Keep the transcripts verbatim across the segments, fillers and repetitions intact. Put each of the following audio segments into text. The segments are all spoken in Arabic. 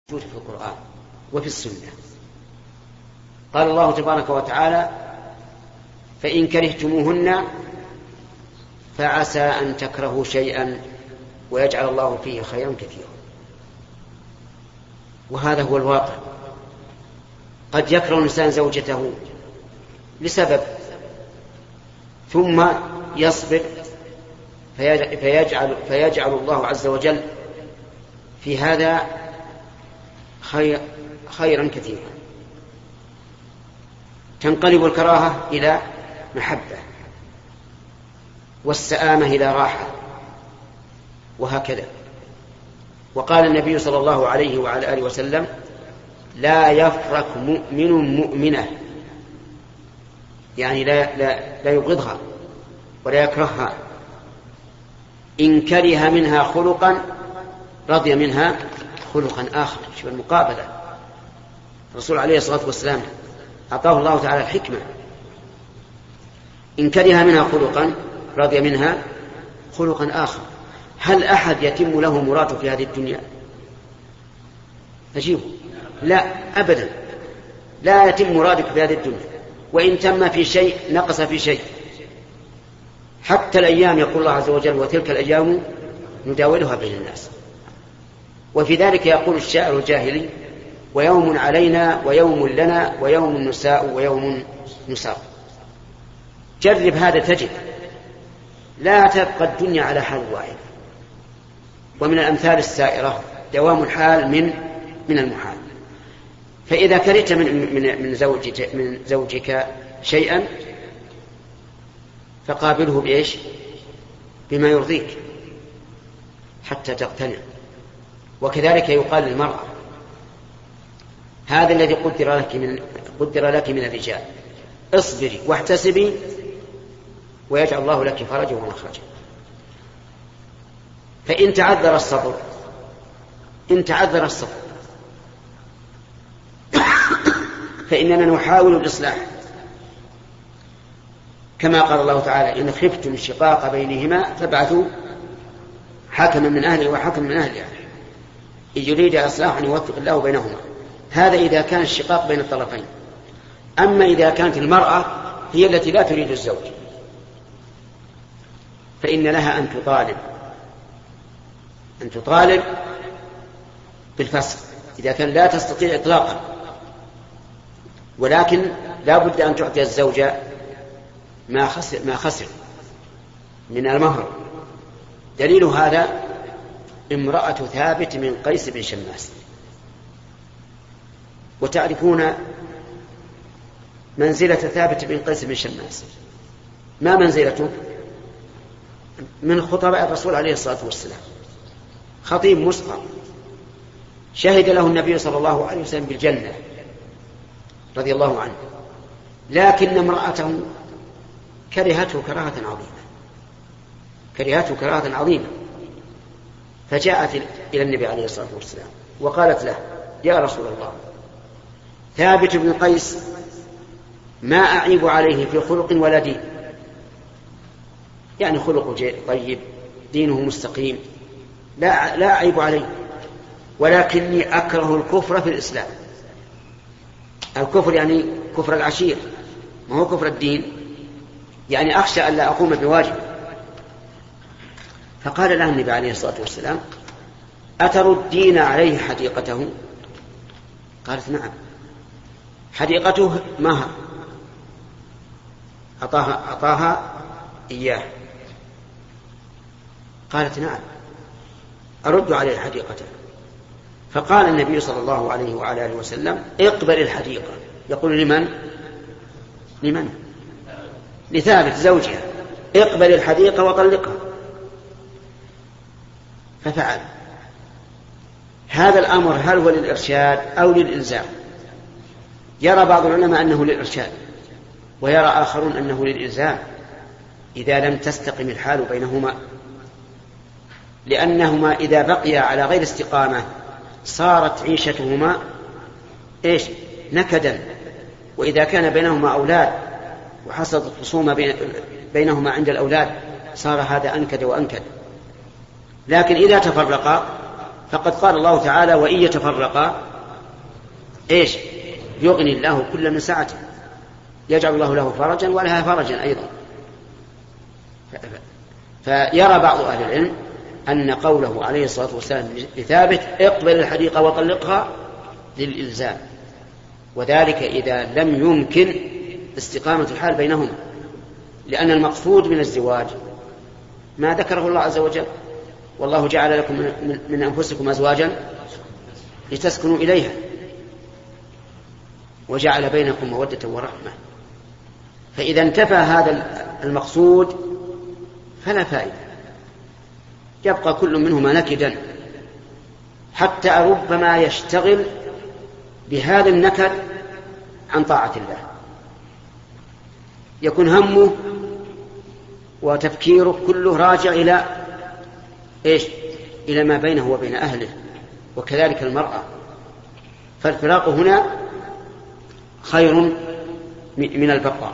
في القرآن وفي السنة. قال الله تبارك وتعالى: فإن كرهتموهن فعسى أن تكرهوا شيئا ويجعل الله فيه خيرا كثيرا. وهذا هو الواقع. قد يكره الإنسان زوجته لسبب ثم يصبر فيجعل, فيجعل الله عز وجل في هذا خير خيرا كثيرا، تنقلب الكراهة إلى محبة والسآمة إلى راحة، وهكذا. وقال النبي صلى الله عليه وعلى آله وسلم: لا يفرق مؤمن مؤمنة، يعني لا, لا, لا يبغضها ولا يكرهها، إن كره منها خلقا رضي منها خلقا آخر. شوف المقابلة. الرسول عليه الصلاة والسلام أعطاه الله تعالى الحكمة. إن كره منها خلقا رضي منها خلقا آخر. هل أحد يتم له مراده في هذه الدنيا؟ أجيبه: لا أبدا، لا يتم مرادك في هذه الدنيا، وإن تم في شيء نقص في شيء. حتى الأيام، يقول الله عز وجل: وتلك الأيام نداولها بين الناس. وفي ذلك يقول الشاعر الجاهلي: ويوم علينا ويوم لنا ويوم نساء ويوم نساء. جرب هذا تجد لا تبقى الدنيا على حال واحد. ومن الأمثال السائرة دوام الحال من من المحال. فإذا كرهت من من من زوجك من زوجك شيئا فقابله بإيش؟ بما يرضيك حتى تقتنع. وكذلك يقال للمرأة: هذا الذي قدر لك من قدر لك من الرجال، اصبري واحتسبي ويجعل الله لك فرجا ومخرجا. فإن تعذر الصبر إن تعذر الصبر فإننا نحاول الإصلاح، كما قال الله تعالى: إن خفتم شقاق بينهما فابعثوا حكما من أهله وحكما من أهلها إن يريد إصلاحا يوفق الله بينهما. هذا إذا كان الشقاق بين الطرفين. أما إذا كانت المرأة هي التي لا تريد الزوج فإن لها أن تطالب أن تطالب بالفسخ إذا كان لا تستطيع إطلاقا، ولكن لا بد أن تعطي الزوجة ما خسر, ما خسر من المهر. دليل هذا امرأة ثابت من قيس بن شماس. وتعرفون منزلة ثابت بن قيس بن شماس. ما منزلته؟ من خطباء الرسول عليه الصلاة والسلام، خطيب مسقى، شهد له النبي صلى الله عليه وسلم بالجنة رضي الله عنه، لكن امرأته كرهته كراهة عظيمة كرهته كراهة عظيمة فجاءت إلى النبي عليه الصلاة والسلام وقالت له: يا رسول الله، ثابت بن قيس ما أعيب عليه في خلق ولا دين، يعني خلقه طيب، دينه مستقيم، لا, لا أعيب عليه، ولكني أكره الكفر في الإسلام. الكفر يعني كفر العشير، ما هو كفر الدين، يعني أخشى أن لا أقوم بواجب. فقال لها النبي عليه الصلاة والسلام: أتردين عليه حديقته؟ قالت: نعم. حديقته مهر أعطاها, أعطاها إياه. قالت: نعم أرد عليه حديقته. فقال النبي صلى الله عليه وعلى آله وسلم: اقبل الحديقة. يقول لمن؟ لمن؟ لثابت زوجها: اقبل الحديقة وطلقها. ففعل. هذا الأمر هل هو للإرشاد أو للإلزام؟ يرى بعض العلماء أنه للإرشاد، ويرى آخرون أنه للإلزام إذا لم تستقم الحال بينهما، لأنهما إذا بقيا على غير استقامة صارت عيشتهما إيش؟ نكدا. وإذا كان بينهما أولاد وحصلت خصومة بينهما عند الأولاد صار هذا أنكد وأنكد. لكن إذا تفرقا فقد قال الله تعالى وإن يتفرقا إيش يغني الله كل من سعته، يجعل الله له فرجا ولها فرجا أيضا. فيرى بعض أهل العلم أن قوله عليه الصلاة والسلام لثابت اقبل الحديقة وطلقها للإلزام، وذلك إذا لم يمكن استقامة الحال بينهما، لأن المقصود من الزواج ما ذكره الله عز وجل، والله جعل لكم من أنفسكم أزواجا لتسكنوا إليها وجعل بينكم مودة ورحمة. فإذا انتفى هذا المقصود فلا فائدة، يبقى كل منهما نكدا، حتى ربما يشتغل بهذا النكد عن طاعة الله، يكون همه وتفكيره كله راجع إلى إيش؟ إلى ما بينه وبين أهله. وكذلك المرأة، فالفراق هنا خير من البقاء.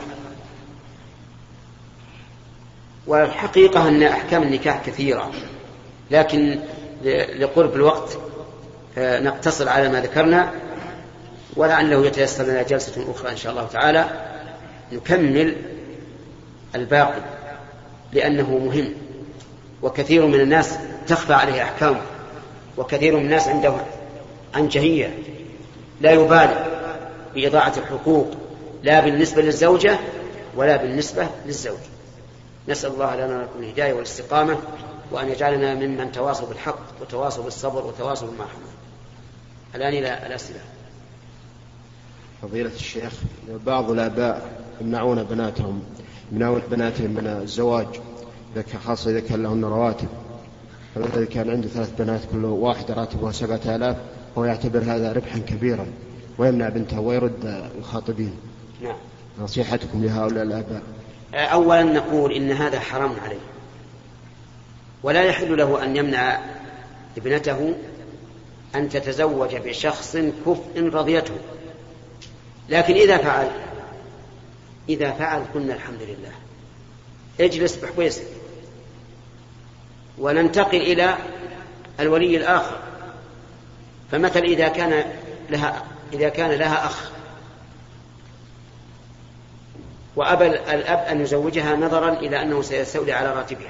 والحقيقة أن أحكام النكاح كثيرة، لكن لقرب الوقت نقتصر على ما ذكرنا، ولعله يتيسر لنا جلسة أخرى إن شاء الله تعالى نكمل الباقي، لأنه مهم، وكثير من الناس تخفى عليه أحكامه، وكثير من الناس عنده عنجهية لا يبالي بإضاعة الحقوق لا بالنسبة للزوجة ولا بالنسبة للزوج. نسأل الله لنا ولكم الهداية والاستقامة، وأن يجعلنا ممن تواصوا بالحق وتواصوا بالصبر وتواصوا بالمرحمة. الآن إلى الأسئلة. فضيلة الشيخ، بعض الآباء يمنعون بناتهم يمنعون بناتهم من الزواج، خاصة إذا كان لهن رواتب. فمثلا إذا كان عنده ثلاث بنات كل واحدة راتبها سبعة آلاف، هو يعتبر هذا ربحا كبيرا ويمنع بنته ويرد الخاطبين. نعم. نصيحتكم لهؤلاء الآباء؟ أولا نقول إن هذا حرام عليه، ولا يحل له أن يمنع ابنته أن تتزوج بشخص كفء رضيته. لكن إذا فعل إذا فعل قلنا الحمد لله، اجلس بحويس، وننتقل إلى الولي الآخر. فمثل إذا كان لها إذا كان لها أخ وأبى الأب أن يزوجها نظرا إلى أنه سيستولي على راتبها،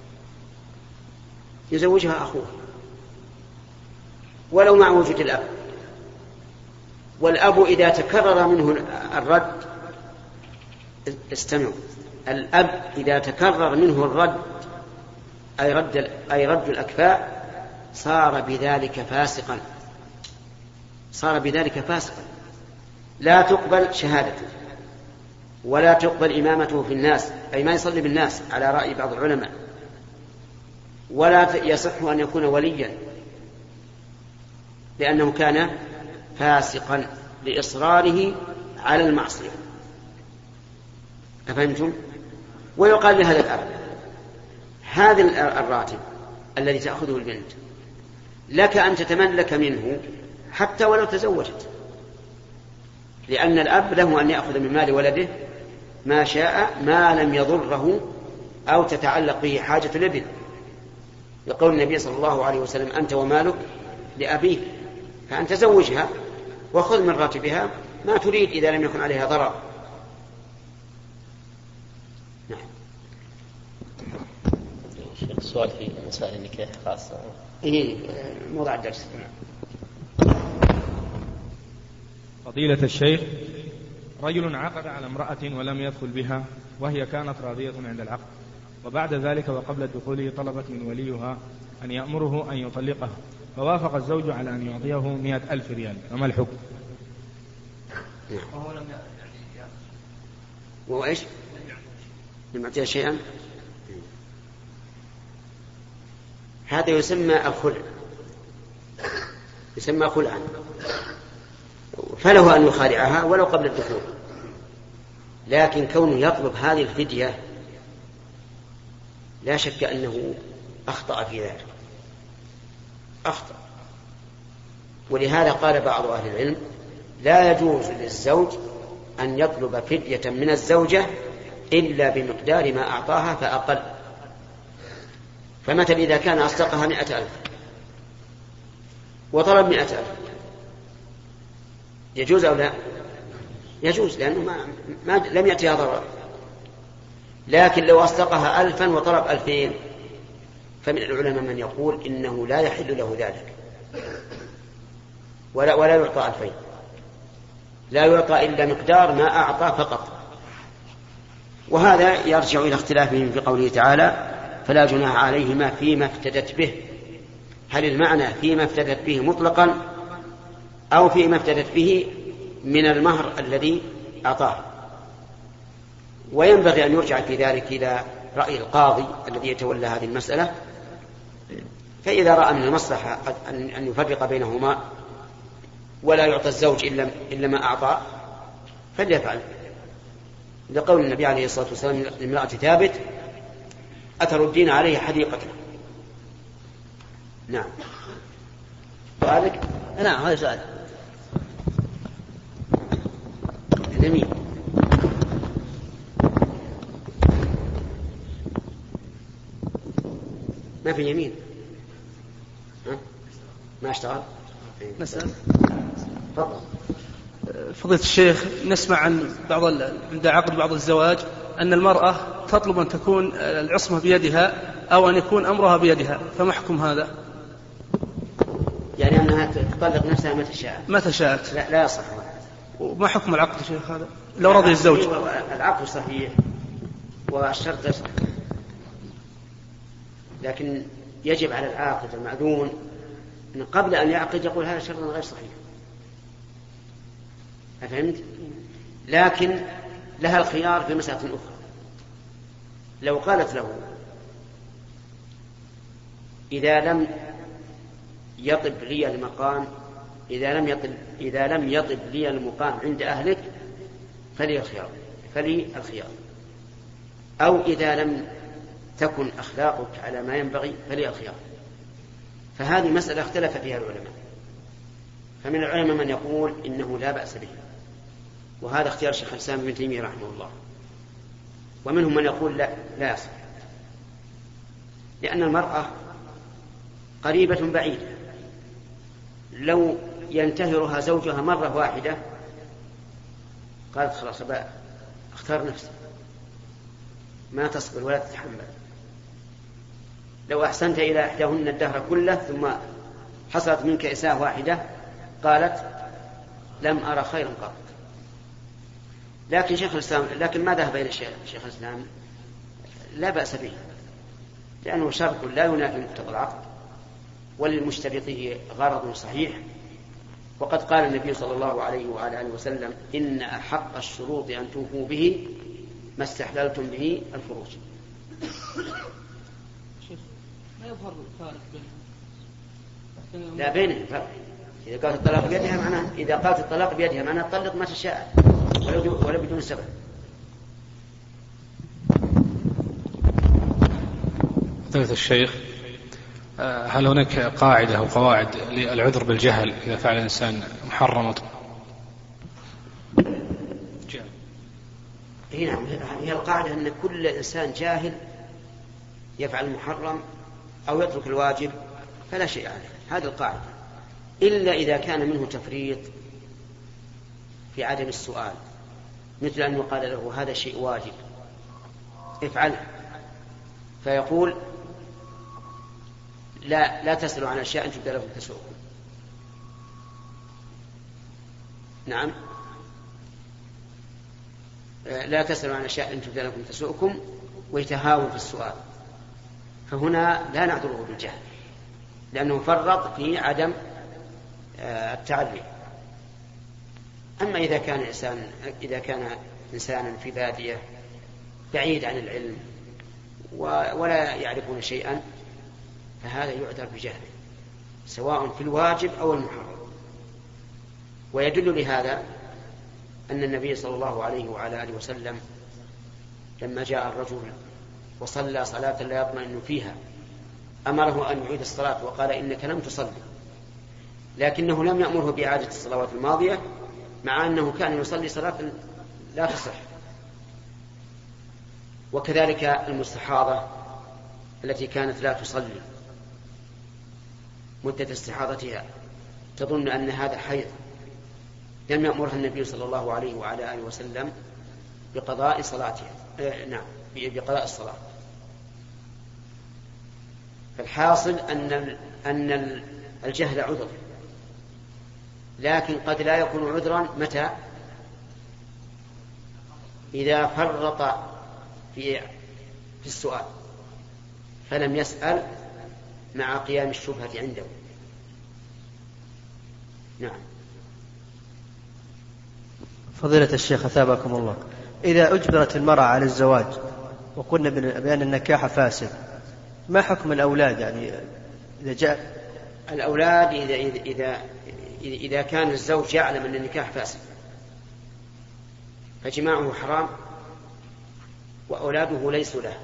يزوجها أخوه ولو مع وجود الأب. والأب إذا تكرر منه الرد، استمعوا، الأب إذا تكرر منه الرد أي رد, أي رد الأكفاء صار بذلك فاسقا صار بذلك فاسقا لا تقبل شهادته ولا تقبل إمامته في الناس، أي ما يصلي بالناس على رأي بعض العلماء، ولا يصح أن يكون وليا، لأنه كان فاسقا لإصراره على المعصية. أفهمتم؟ ويقال لهذا الأب هذا الراتب الذي تأخذه البنت لك أن تتملك منه حتى ولو تزوجت، لأن الأب له أن يأخذ من مال ولده ما شاء ما لم يضره أو تتعلق به حاجة الابن، يقول النبي صلى الله عليه وسلم أنت ومالك لأبيك، فأن تزوجها وخذ من راتبها ما تريد إذا لم يكن عليها ضرر. نعم. شيخ السؤال في مسائل النكاح خاصة. إيه موضوع الدرس. فضيلة الشيخ، رجل عقد على امرأة ولم يدخل بها وهي كانت راضية عند العقد، وبعد ذلك وقبل الدخول طلبت من وليها أن يأمره أن يطلقها، فوافق الزوج على أن يعطيه مئة ألف ريال، فما الحكم؟ وهو لم يعني وهو إيش؟ لم يعطيها شيئا. هذا يسمى الخلع، يسمى خلعا، فله أن يخالعها ولو قبل الدخول، لكن كونه يطلب هذه الفدية لا شك أنه أخطأ في ذلك، أخطأ. ولهذا قال بعض أهل العلم لا يجوز للزوج أن يطلب فدية من الزوجة إلا بمقدار ما أعطاها فأقل. فمثل إذا كان أصدقها مئة ألف وطلب مئة ألف يجوز أو لا؟ يجوز، لأنه ما ما لم يأتيها ضرر. لكن لو أصدقها ألفا وطلب ألفين فمن العلماء من يقول إنه لا يحل له ذلك، ولا, ولا يعطى ألفين، لا يعطى إلا مقدار ما أعطى فقط. وهذا يرجع إلى اختلافهم في قوله تعالى فلا جناح عليهما فيما افتدت به. هل المعنى فيما افتدت به مطلقا أو فيما افتدت به من المهر الذي أعطاه؟ وينبغي أن يرجع في ذلك إلى رأي القاضي الذي يتولى هذه المسألة، فإذا رأى من المصلحة أن يفرق بينهما ولا يعطى الزوج إلا ما أعطى فليفعل، لقول النبي عليه الصلاة والسلام لامرأة ثابت أتردين عليه حديقته. نعم. سؤالك؟ نعم هذا سؤال. اليمين. ما في يمين. ها؟ ما اشتغل. نسأل. تفضل. فضيلة الشيخ، نسمع عن بعض عند عقد بعض الزواج أن المرأة تطلب أن تكون العصمة بيدها أو أن يكون أمرها بيدها، فما حكم هذا؟ يعني أنها تطلق نفسها متى شاءت. متى شاءت. لا, لا يصح. وما حكم العقد يا شيخ هذا لو رضي الزوج؟ العقد صحيح والشرط يصح، لكن يجب على العاقد المأذون أن قبل أن يعقد يقول هذا شرط غير صحيح. أفهمت؟ لكن لها الخيار في مسألة أخرى. لو قالت له إذا لم يطب لي المقام إذا لم يطب إذا لم يطب لي المقام عند أهلك فلي الخيار فلي الخيار أو إذا لم تكن أخلاقك على ما ينبغي فلي الخيار. فهذه مسألة اختلف فيها العلماء، فمن العلماء من يقول إنه لا بأس به، وهذا اختيار شيخ الإسلام ابن تيمية رحمه الله، ومنهم من يقول لا لا يصح، لأن المرأة قريبة بعيدة، لو ينتهرها زوجها مرة واحدة قالت خلاص بقى اختار نفسي، ما تصبر ولا تتحمل. لو أحسنت إلى إحداهن الدهر كله ثم حصلت منك إساءة واحدة قالت لم أرى خيرا قط. لكن شيخ الإسلام لكن ما ذهب إلى شيخ الإسلام لا بأس به، لأنه شرط لا ينافي مقتضى العقد، وللمشترطه غرض صحيح. وقد قال النبي صلى الله عليه وعلى آله وسلم إن أحق الشروط أن توفوا به ما استحللتم به الفروج. ما يظهر الفارق بينهم؟ لا بينهم فرق. إذا قالت الطلاق بيدها معناه إذا قالت الطلاق بيدها معناه طلق ما تشاء ولا بدون سبب. فضيلة الشيخ، هل هناك قاعدة أو قواعد للعذر بالجهل إذا فعل الإنسان محرم؟ نعم، هي القاعدة أن كل إنسان جاهل يفعل المحرم أو يترك الواجب فلا شيء عليه، هذه القاعدة، إلا إذا كان منه تفريط في عدم السؤال، مثل أن يقال له هذا شيء واجب افعله فيقول لا لا تسألوا عن أشياء أن تبدأ لكم تسؤكم. نعم، لا تسألوا عن أشياء أن تبدأ لكم تسؤكم ويتهاون في السؤال، فهنا لا نعذره بالجهل لأنه فرط في عدم التعلم. أما إذا كان إنسان إذا كان إنسانا في بادية بعيد عن العلم ولا يعرفون شيئا فهذا يعذر بجهله سواء في الواجب أو المحرم. ويدل لهذا أن النبي صلى الله عليه وعلى آله وسلم لما جاء الرجل وصلى صلاة لا يطمئن فيها أمره أن يعيد الصلاة وقال إنك لم تصلي، لكنه لم يأمره بإعادة الصلوات الماضية مع أنه كان يصلي صلاة لا تصح. وكذلك المستحاضة التي كانت لا تصلي مدة استحاضتها تظن أن هذا حيض لم يأمرها النبي صلى الله عليه وعلى آله وسلم بقضاء صلاتها، آه نعم بقضاء الصلاة. فالحاصل أن أن الجهل عذر، لكن قد لا يكون عذرا متى؟ إذا فرط في في السؤال فلم يسأل مع قيام الشبهة عنده. نعم. فضيلة الشيخ أثابكم الله، إذا أجبرت المرأة على الزواج وقلنا بأن النكاح فاسد، ما حكم الأولاد؟ يعني إذا جاء الأولاد إذا إذا إذا, إذا كان الزوج يعلم أن النكاح فاسد فجماعه حرام وأولاده ليسوا له،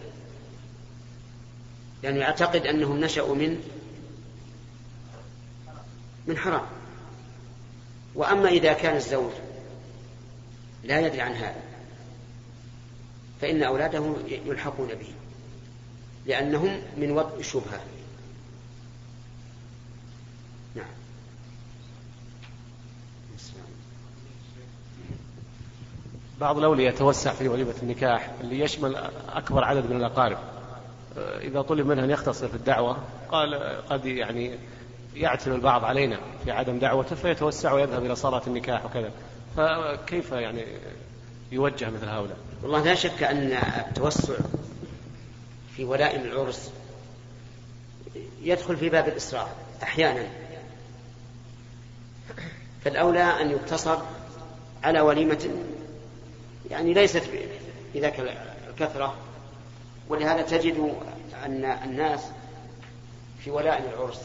لأنه يعتقد أنهم نشأوا من من حرام. وأما إذا كان الزوج لا يدري عن هذا فإن أولاده يلحقون به لأنهم من وضع الشبهة. نعم. بعض الأولياء يتوسع في وليمة النكاح اللي يشمل أكبر عدد من الأقارب، إذا طلب منه أن يختصر في الدعوة قال قد يعني يعتل البعض علينا في عدم دعوته فيتوسع ويذهب إلى صلاة النكاح وكذا، فكيف يعني يوجه مثل هؤلاء؟ والله لا شك أن التوسع في ولائم العرس يدخل في باب الإسراف أحيانا، فالأولى أن يقتصر على وليمة يعني ليست بذاك الكثرة. ولهذا تجد أن الناس في ولائم العرس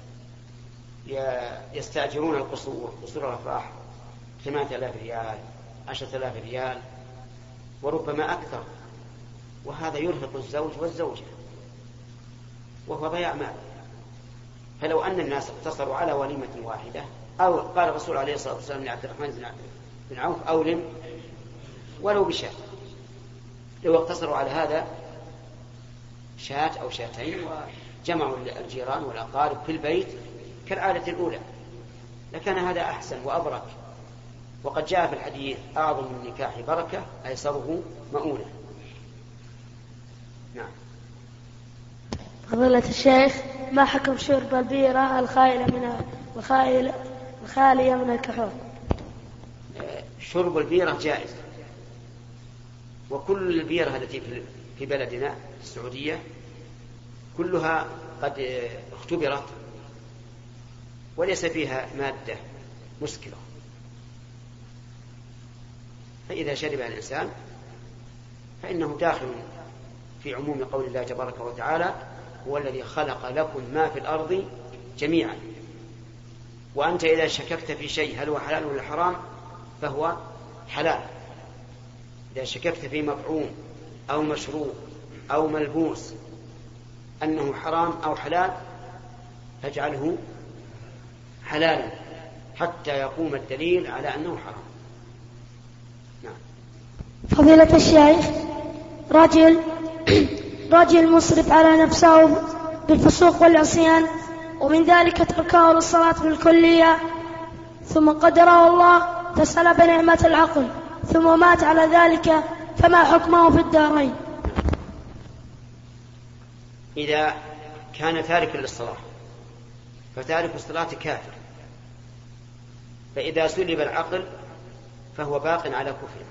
يستأجرون القصور، قصور الأفراح ثمانية آلاف ريال، عشرة آلاف ريال، وربما أكثر، وهذا يرهق الزوج والزوجة وهو ضياع مال. فلو أن الناس اقتصروا على وليمة واحدة، أو قال الرسول عليه الصلاة والسلام لعبد الرحمن بن عوف أولم ولو بشاة، لو اقتصروا على هذا شاة أو شاتين وجمعوا الجيران والأقارب في البيت كالعادة الأولى لكان هذا أحسن وأبرك. وقد جاء في الحديث أعظم من النكاح بركة أيسره مؤونة. نعم. فضيلة الشيخ، ما حكم شرب البيرة الخالية من الخالية من الكحول؟ شرب البيرة جائز، وكل البيرة التي في بلدنا السعودية كلها قد اختبرت وليس فيها مادة مسكرة، فإذا شربها الإنسان فإنه داخل في عموم قول الله تبارك وتعالى: هو الذي خلق لكم ما في الأرض جميعا. وأنت إذا شككت في شيء هل هو حلال ولا حرام فهو حلال. إذا شككت في مطعوم أو مشروب أو ملبوس أنه حرام أو حلال فاجعله حلالا حتى يقوم الدليل على أنه حرام. نعم. فضيلة الشيخ، رجل رجل مسرف على نفسه بالفسوق والعصيان ومن ذلك تركه للصلاة بالكلية، ثم قدره الله فسلب نعمة العقل ثم مات على ذلك، فما حكمه في الدارين؟ إذا كان تاركا للصلاة فتارك الصلاة كافر، فإذا سلب العقل فهو باق على كفره.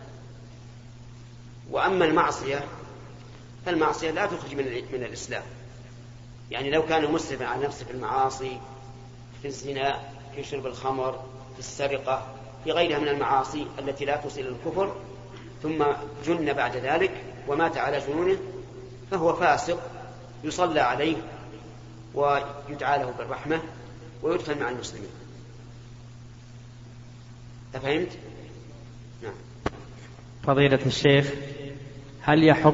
وأما المعصية فالمعصية لا تخرج من, من الإسلام. يعني لو كان مسرفا على نفسه في المعاصي، في الزنا، في شرب الخمر، في السرقة، في غيرها من المعاصي التي لا توصل للكفر، ثم جن بعد ذلك ومات على جنونه، فهو فاسق يصلى عليه ويدعى له بالرحمة ويدخل مع المسلمين. أفهمت؟ نعم. فضيلة الشيخ، هل يحق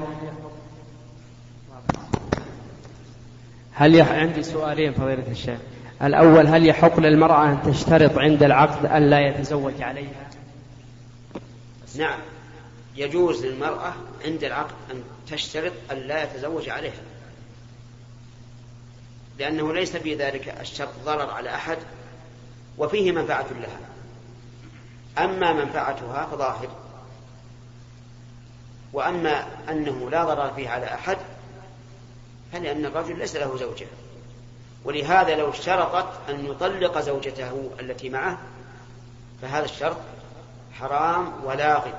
هل يح... عندي سؤالين فضيلة الشيخ. الأول، هل يحق للمرأة أن تشترط عند العقد أن لا يتزوج عليها؟ نعم، يجوز للمرأة عند العقد أن تشترط أن لا يتزوج عليها، لأنه ليس في ذلك الشرط ضرر على أحد وفيه منفعة لها. أما منفعتها فظاهر، وأما أنه لا ضرر فيه على أحد فلأن الرجل ليس له زوجة، ولهذا لو اشترطت أن يطلق زوجته التي معه فهذا الشرط حرام ولاغ.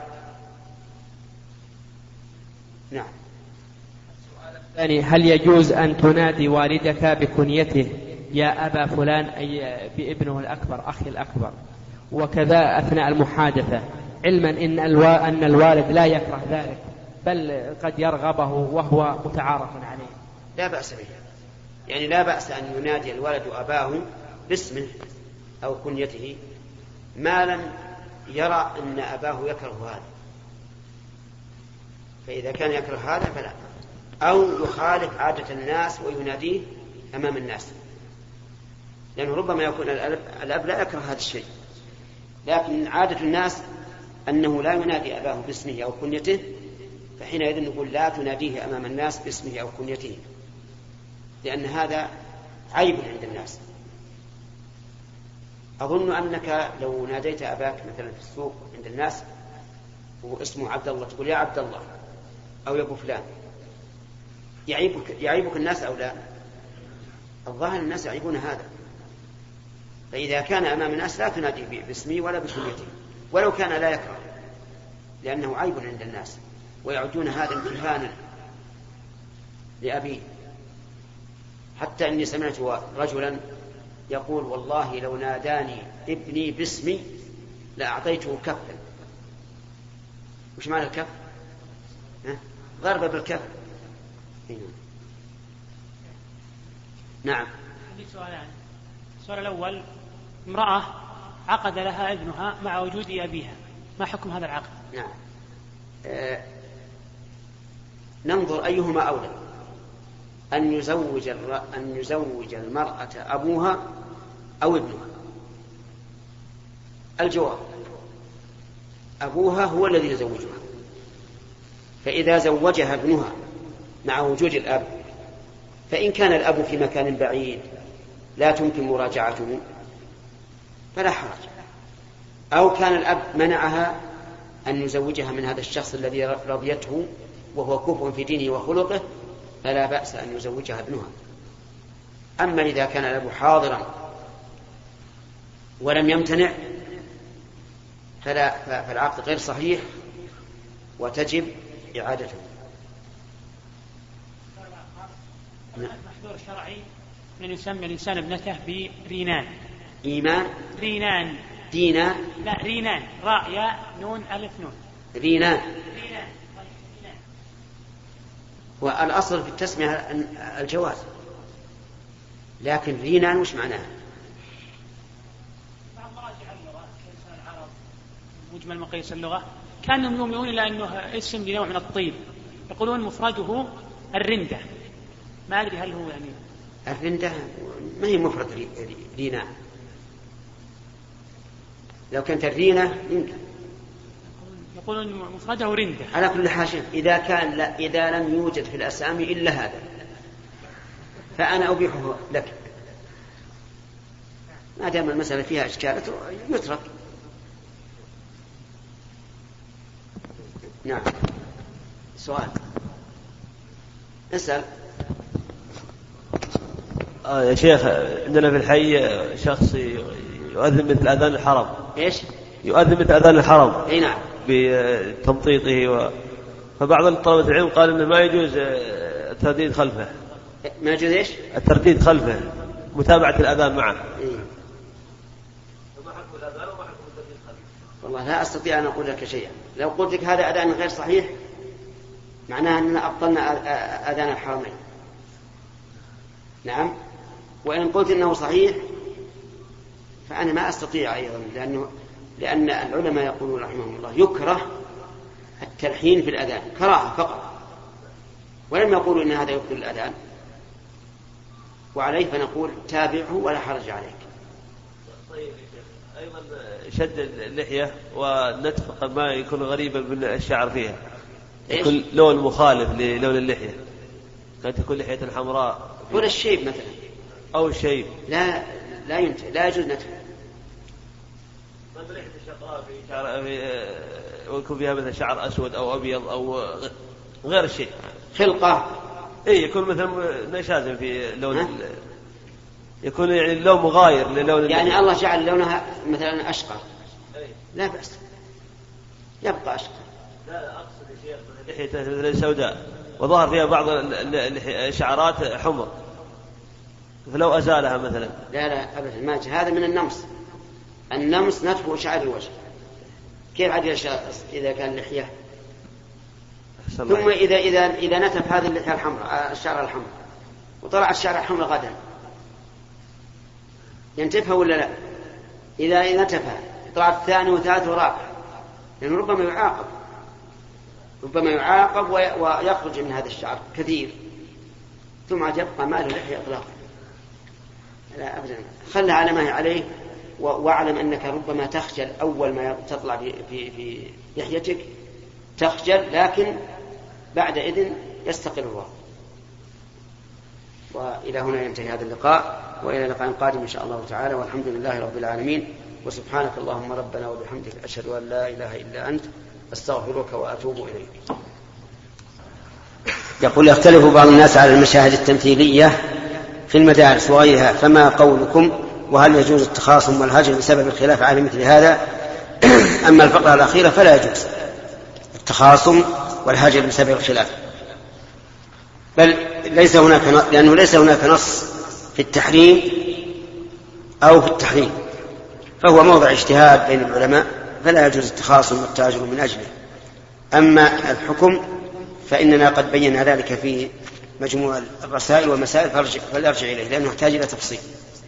نعم. الثاني: هل يجوز أن تنادي والدك بكنيته يا أبا فلان، أي بابنه الأكبر أخي الأكبر، وكذا أثناء المحادثة، علما إن, الوا... أن الوالد لا يكره ذلك بل قد يرغبه وهو متعارف عليه؟ لا بأس به، يعني لا بأس أن ينادي الولد أباه باسمه أو كنيته ما لم يرى أن أباه يكره هذا، فإذا كان يكره هذا فلا، أو يخالف عادة الناس ويناديه أمام الناس، لأنه ربما يكون الأب لا يكره هذا الشيء، لكن عادة الناس أنه لا ينادي أباه باسمه أو كنيته، فحينئذ نقول لا تناديه أمام الناس باسمه أو كنيته، لأن هذا عيب عند الناس. أظن أنك لو ناديت أباك مثلا في السوق عند الناس واسمه عبد الله تقول يا عبد الله أو يا أبو فلان، يعيبك, يعيبك الناس أو لا؟ الظاهر الناس يعيبون هذا، فإذا كان أمام الناس لا تنادي باسمه ولا بكنيته ولو كان لا يكره، لأنه عيب عند الناس ويعدون هذا امتهانا لأبيه. حتى أني سمعت رجلا يقول والله لو ناداني ابني باسمي لأعطيته كفا. وش معنى الكف؟ ضرب بالكف. نعم. عندي سؤالان. السؤال الأول: امرأة عقد لها ابنها مع وجود أبيها، ما حكم هذا العقد؟ نعم. آه ننظر أيهما أولى، أن يزوج أن يزوج المرأة أبوها أو ابنها. الجواب: أبوها هو الذي يزوجها، فإذا زوجها ابنها مع وجود الأب، فإن كان الأب في مكان بعيد لا تمكن مراجعته فلا حرج، أو كان الأب منعها أن يزوجها من هذا الشخص الذي رضيته وهو كفء في دينه وخلقه، فلا بأس أن يزوجها ابنها. أما إذا كان الأب حاضرا ولم يمتنع فلا، فالعقد غير صحيح وتجب إعادته. المحذور الشرعي من يسمى الإنسان ابنته برينان. إيمان رينان دينان لا رينان، راء ياء نون ألف نون. رينان. رينان. والأصل في التسمية الجواز، لكن رينان وش معناها؟ بعض مراجع اللغة كلسان العرب مجمل مقاييس اللغة كانوا يؤمنون إلى أنه اسم لنوع من الطيب، يقولون مفرده الرندة. ما أدري هل هو يعني الرندة ما هي مفرد رينان، لو كانت الرينة يمكن. يقولون مفرده رندة. على كل حال إذا كان لا إذا لم يوجد في الأسامي إلا هذا فأنا أبيحه لك، ما دام المسألة فيها إشكالات يترك. نعم. سؤال اسأل. آه يا شيخ، عندنا في الحي شخص يؤذن مثل أذان الحرم. إيش؟ يؤذن مثل أذان الحرم. أي نعم. بتمطيطه و... فبعض طلبة العلم قال إنه ما يجوز الترديد خلفه. ما يجوز إيش؟ الترديد خلفه، متابعة الأذان معه. إيه؟ والله لا أستطيع أن أقول لك شيئا. لو قلت لك هذا أذان غير صحيح معناها أننا أبطلنا أذان الحرمين. نعم. وإن قلت إنه صحيح فأنا ما أستطيع أيضا، لأنه لأن العلماء يقولون رحمهم الله يكره التلحين في الأذان كراهة فقط، ولم يقولوا إن هذا يبطل الأذان، وعليه فنقول تابعه ولا حرج عليك. طيب أيضا شد اللحية ونتف ما يكون غريبا من الشعر فيها، يكون لون مخالف للون اللحية، قد تكون لحية حمراء ولا الشيب مثلا أو الشيب لا لا ينتهي، لا يجوز نتفه. لحية الشقراء في شعر في ويكون فيها مثلا شعر أسود أو أبيض أو غير الشيء خلقة إيه يكون مثلا نشازم في لون يكون يعني اللون مغاير للون يعني اللحية. الله جعل لونها مثلا أشقر لا بأس يبقى أشقر. لا لا أقصد يا شيخ لحية مثلا سوداء وظهر فيها بعض الشعرات حمر فلو أزالها مثلا. لا لا أبدا ما هذا من النمص. النمص نتفه شعر الوجه كيف عاد إذا كان لحية ثم إذا إذا إذا نتف هذه اللحية الحمراء الشعر الحمراء وطلع الشعر الحمراء غدا ينتفها ولا لا؟ إذا نتفها طلع الثاني وثالث ورابع لأنه ربما يعاقب ربما يعاقب ويخرج من هذا الشعر كثير ثم عاد يبقى ما له لحية إطلاقا. لا أبدا خلها على ما هي عليه واعلم أنك ربما تخجل أول ما تطلع في, في, في لحيتك تخجل لكن بعد إذن يستقر الوضع. وإلى هنا ينتهي هذا اللقاء وإلى لقاء قادم إن شاء الله تعالى والحمد لله رب العالمين وسبحانك اللهم ربنا وبحمدك أشهد أن لا إله إلا أنت أستغفرك وأتوب إليك. يقول يختلف بعض الناس على المشاهد التمثيلية في المدارس وغيرها فما قولكم وهل يجوز التخاصم والهجر بسبب الخلاف على مثل هذا؟ أما الفقرة الأخيرة فلا يجوز التخاصم والهجر بسبب الخلاف بل ليس هناك لأنه ليس هناك نص في التحريم أو في التحريم فهو موضع اجتهاد بين العلماء فلا يجوز التخاصم والتاجر من أجله. أما الحكم فإننا قد بينا ذلك في مجموع الرسائل والمسائل فليرجع إليه لأنه يحتاج إلى تفصيل.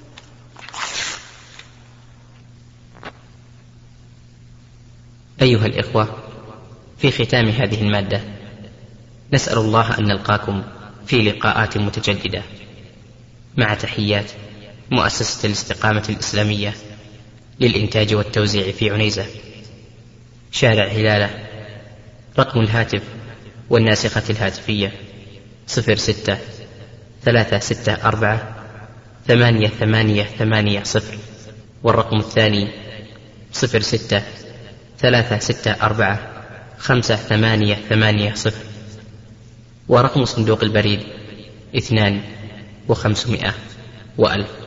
أيها الإخوة في ختام هذه المادة نسأل الله أن نلقاكم في لقاءات متجددة مع تحيات مؤسسة الاستقامة الإسلامية للإنتاج والتوزيع في عنيزة شارع هلالة. رقم الهاتف والناسخة الهاتفية صفر ستة ثلاثة ستة أربعة ثمانية ثمانية ثمانية صفر والرقم الثاني صفر ستة ثلاثة ستة أربعة خمسة ثمانية ثمانية صفر ورقم صندوق البريد اثنان وخمسمائة وألف.